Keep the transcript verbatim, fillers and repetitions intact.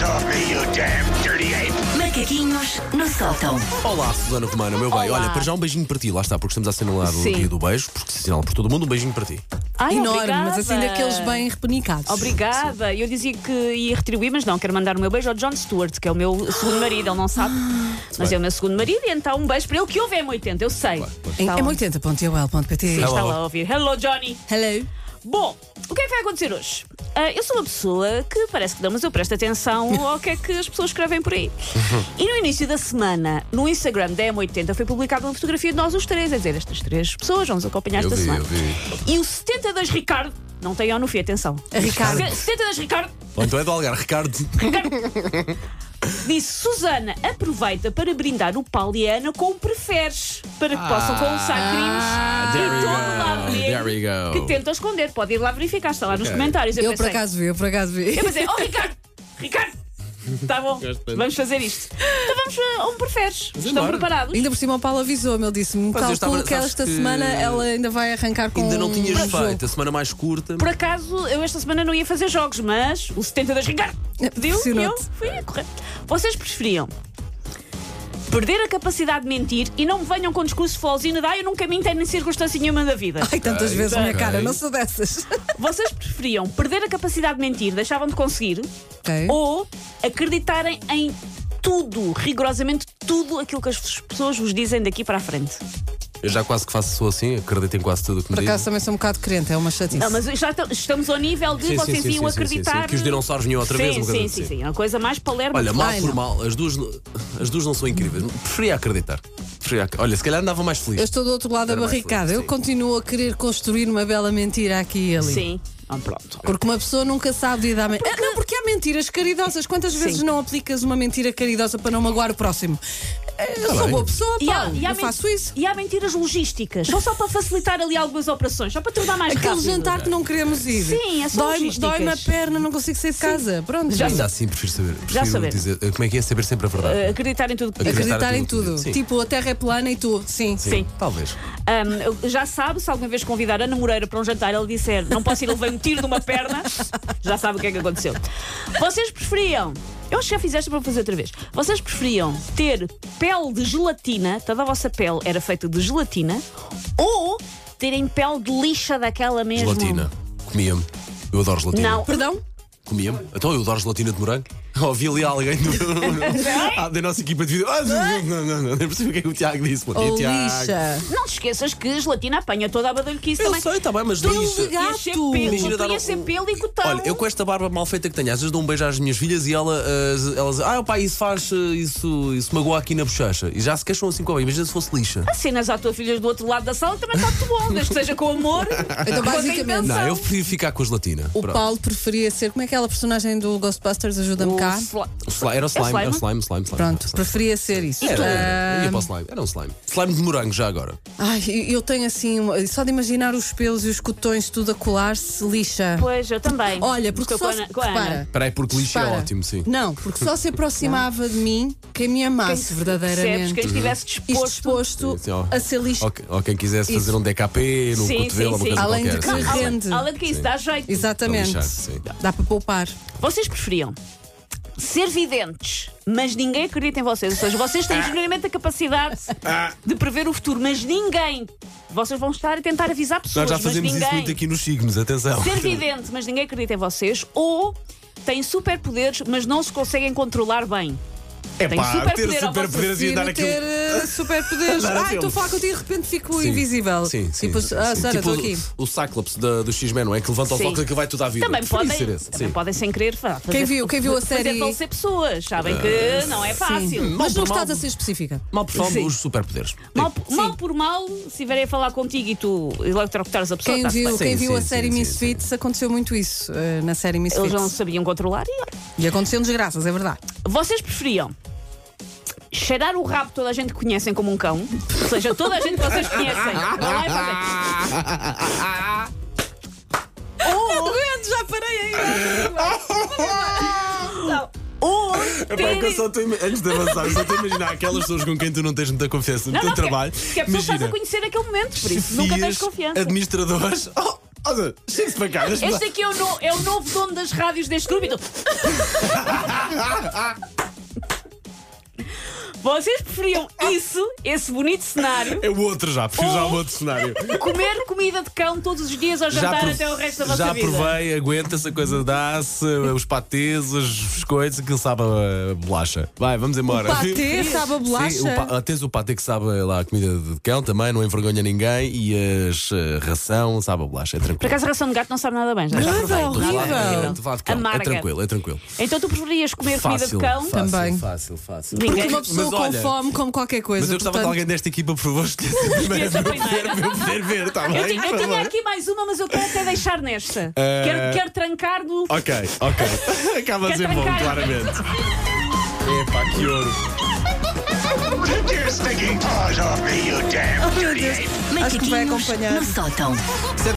off me, you damn dirty ape! Macaquinhos no sótão. Olá, Susana Romana, meu bem. Olá. Olha, para já um beijinho para ti, lá está, porque estamos a assinalar o Sim. dia do beijo, porque se assinala por todo mundo, um beijinho para ti. Ai, Enorme, obrigada. mas assim daqueles bem repenicados. Obrigada. Eu dizia que ia retribuir, mas não, quero mandar o meu beijo ao Jon Stewart, que é o meu segundo marido, ele não sabe, mas é o meu segundo marido, e então um beijo para ele que ouve M oitenta, eu sei. Em Está M lá. oitenta ponto i o l ponto p t. Sim, Hello. está lá a ouvir. Hello, Johnny. Hello. Bom, o que é que vai acontecer hoje? Ah, eu sou uma pessoa que parece que não, mas eu presto atenção ao que é que as pessoas escrevem por aí. E no início da semana, no Instagram da M oitenta, foi publicada uma fotografia de nós os três, é dizer, estas três pessoas vão nos acompanhar Eu esta vi, semana. eu vi. E o setenta e dois Ricardo, não tem O no fim, atenção. A Ricardo. setenta e dois Ricardo Ou então é do Algarve, Ricardo. disse: Susana, aproveita para brindar o Paulo e a Ana com o preferes, para que possam confessar crimes there e we todo go, o lado there we negro go. que tentam esconder. Pode ir lá verificar, está lá nos Ok. comentários. Eu, Eu por pensei, acaso vi, eu por acaso vi. eu pensei, oh Ricardo, Ricardo, está bom, Gosto. vamos fazer isto. Então vamos a a um preferes. Estão embora. preparados? Ainda por cima o Paulo avisou-me, ele disse-me: Mas eu calculo estava- que sabes esta que semana ela ainda vai arrancar com Ainda não tinhas um jogo. feito a semana mais curta. Por acaso, eu esta semana não ia fazer jogos, mas o setenta e dois Ricardo pediu e eu Pressionou-te. fui a correr. Vocês preferiam perder a capacidade de mentir e não me venham com discurso flauzinho de ah, eu nunca minto em circunstância nenhuma da vida. Ai, tantas Ok, vezes a minha ok. cara, não sou dessas. Vocês preferiam perder a capacidade de mentir, deixavam de conseguir, Ok. ou acreditarem em tudo, rigorosamente tudo aquilo que as pessoas vos dizem daqui para a frente? Eu já quase que faço sou assim, acredito em quase tudo o que me Por acaso dizem. também sou um bocado crente, é uma chatice. Não, mas já t- estamos ao nível de Sim, sim, vocês sim, iam sim, sim, acreditar. sim, que os dinossauros vinham outra sim, vez, uma coisa Sim, assim. sim, sim. A coisa mais palerma. Olha, de mal Ai, por não. mal, as duas, as duas não são incríveis. Preferia acreditar. Preferia ac- Olha, se calhar andava mais feliz. Eu estou do outro lado da Era mais barricada. feliz, Eu sim. continuo a querer construir uma bela mentira aqui e ali. Sim. Ah, pronto. Porque uma pessoa nunca sabe lidar bem. Ah, não, porque há mentiras caridosas. Quantas vezes Sim. não aplicas uma mentira caridosa para não magoar o próximo? Eu sou bem. boa pessoa, E há, Paulo. e há Eu men- faço isso. e há mentiras logísticas, só só para facilitar ali algumas operações, só para tornar mais Aquele rápido. jantar que não queremos ir. Sim, é só Dói-me logísticas. dói-me a perna, não consigo sair de casa. Pronto. Já Ainda assim, prefiro saber. Prefiro Já saber. dizer. Como é que é saber sempre a verdade? Uh, acreditar em tudo que Acreditar dizem. Acreditar em em tudo. tudo. Sim. Tipo, a terra é plana e tu. Sim. Sim. Talvez. Um, já sabe, se alguma vez convidar a Moreira para um jantar ele disser não posso ir, ele veio um tiro de uma perna, já sabe o que é que aconteceu. Vocês preferiam, eu acho que já fizeste para fazer outra vez, vocês preferiam ter pele de gelatina, toda a vossa pele era feita de gelatina, ou terem pele de lixa daquela mesmo? Gelatina. Comia-me. Eu adoro gelatina. Não. Perdão? Comia-me. Então eu adoro gelatina de morango. Ouvi ali alguém do, ah, da nossa equipa de vídeo. Ah, não, não, não, não. Nem percebi o que é que o Tiago disse. Bom dia, Ou Tiago. lixa. Não te esqueças que gelatina apanha toda a badalhoquice Eu também. sei, está bem, mas Pelo lixa. de gato. Ia ser pelo, Imagina tu dar ia um- ser pelo e cotão. Olha, eu com esta barba mal feita que tenho, às vezes dou um beijo às minhas filhas e ela, uh, elas ah, pá, isso faz, uh, isso, isso magoa aqui na bochecha. E já se queixam assim com a bem. Imagina se fosse lixa. Cenas à tua filha do outro lado da sala também está tudo bom, desde que seja com amor. Então, com a basicamente, intenção. Não, eu prefiro ficar com a gelatina. O Pronto. Paulo preferia ser. Como é aquela personagem do Ghostbusters? Ajuda-me O cá. sla- O slime, era o slime, slime? era o slime, slime, slime. Pronto, slime. preferia ser isso. Era, era, Ah, ia para o slime, era um slime. Slime de morango já agora. Ai, eu tenho assim. uma- Só de imaginar os pelos e os cotões tudo a colar-se lixa. Pois, eu também. Olha, porque Estou só com a se. Ana- com a Ana. Repara. Espera aí, porque lixa é Repara. ótimo, sim. Não, porque só se aproximava de mim quem me amasse Percebes? verdadeiramente. Quem estivesse Isto disposto. disposto Sim, sim, ó. a ser lixo. Ou, que- ou quem quisesse Isso. fazer um D K P no Sim, cotovelo, sim, uma sim. coisa Além de qualquer. que- sim. Além, Rende. além de que isso dá jeito. Exatamente. Para lixar, sim. Dá para poupar. Vocês preferiam ser videntes, mas ninguém acredita em vocês. Ou seja, vocês têm genuinamente a capacidade de prever o futuro, mas ninguém. Vocês vão estar a tentar avisar pessoas, Nós já mas fazemos ninguém. isso muito aqui nos signos, atenção. Ser vidente, mas ninguém acredita em vocês, ou têm superpoderes, mas não se conseguem controlar bem. É Tem pá, superpoder ter ao superpoderes e Prefiro dar aquilo. ter uh, superpoderes. Dar Ai, aquele- estou a falar contigo e de repente fico Sim, invisível. Sim, sim. Tipo, sim, ah, sim. Sara, Tipo estou aqui. o, o Cyclops da- do X-Men, não é? Que levanta os Sim. óculos e que vai tudo à vida. Também Preferia podem, ser esse, também sim. podem sem querer fa- fazer, Quem viu- quem viu a série- fazer falecer pessoas, sabem que não é fácil. Sim. Mal Mas não por mal. estás a ser específica. Mal por mal, Sim. os superpoderes. Mal, Sim. mal por mal, se estiverem a falar contigo e tu eletrocutares a pessoa, Quem está-se viu, bem. quem Sim, viu sim, a série sim, sim, Misfits, aconteceu muito isso uh, na série Eles Misfits. não sabiam controlar e olha. E aconteceu desgraças, é verdade. Vocês preferiam cheirar o rabo que toda a gente conhecem como um cão, ou seja, toda a gente que vocês conhecem, vão lá e fazem. Ou, Já parei aí. ou É pá, terem- que eu só estou a ima- antes de avançar, eu só estou a imaginar aquelas pessoas com quem tu não tens muita confiança no Não, teu não, trabalho. Que, que a pessoa estás a conhecer aquele momento, por isso nunca tens chefias, confiança. administradores. Oh, Olha, chegue-se para cá. deixa-me lá. Este aqui é o, no- é o novo dono das rádios deste grupo. Então... Vocês preferiam isso, esse bonito cenário, É o outro já, prefiro já o Ou- outro cenário. comer comida de cão todos os dias ao jantar prov- até o resto da vossa já vida? provei, aguenta-se, a coisa dá-se, os patês, os biscoitos, aquilo sabe a bolacha. Vai, vamos embora. Patê, sabe a bolacha? Sim, o pa- tens o patê que sabe lá a comida de cão também, não envergonha ninguém, e as eh, ração sabe a bolacha, é Por tranquilo. acaso a ração de gato não sabe nada bem, já, já Nada, provei. Estou a falar- horrível. estou a falar de cão. É Amarga. tranquilo, é tranquilo. Então tu preferias comer comida Fácil, de cão? fácil, Também. fácil, fácil. Ninguém. Porque uma pessoa Mas com olha, fome come qualquer coisa. Mas eu gostava de portanto- alguém desta equipa, por favor, esqueça a primeira Esqueça a para eu poder- primeira. para eu poder ver, está Eu, bem? tenho- por eu tenho favor? aqui mais uma, mas eu quero até deixar nesta. Eh, Quero, quero trancar no. Ok, ok. Acaba de Quer ser bom, trancar? claramente. Epá, que ouro. Take your stinking paws off me, you damn dirty ape! Acho que vai Macaquinhos acompanhar. no sótão.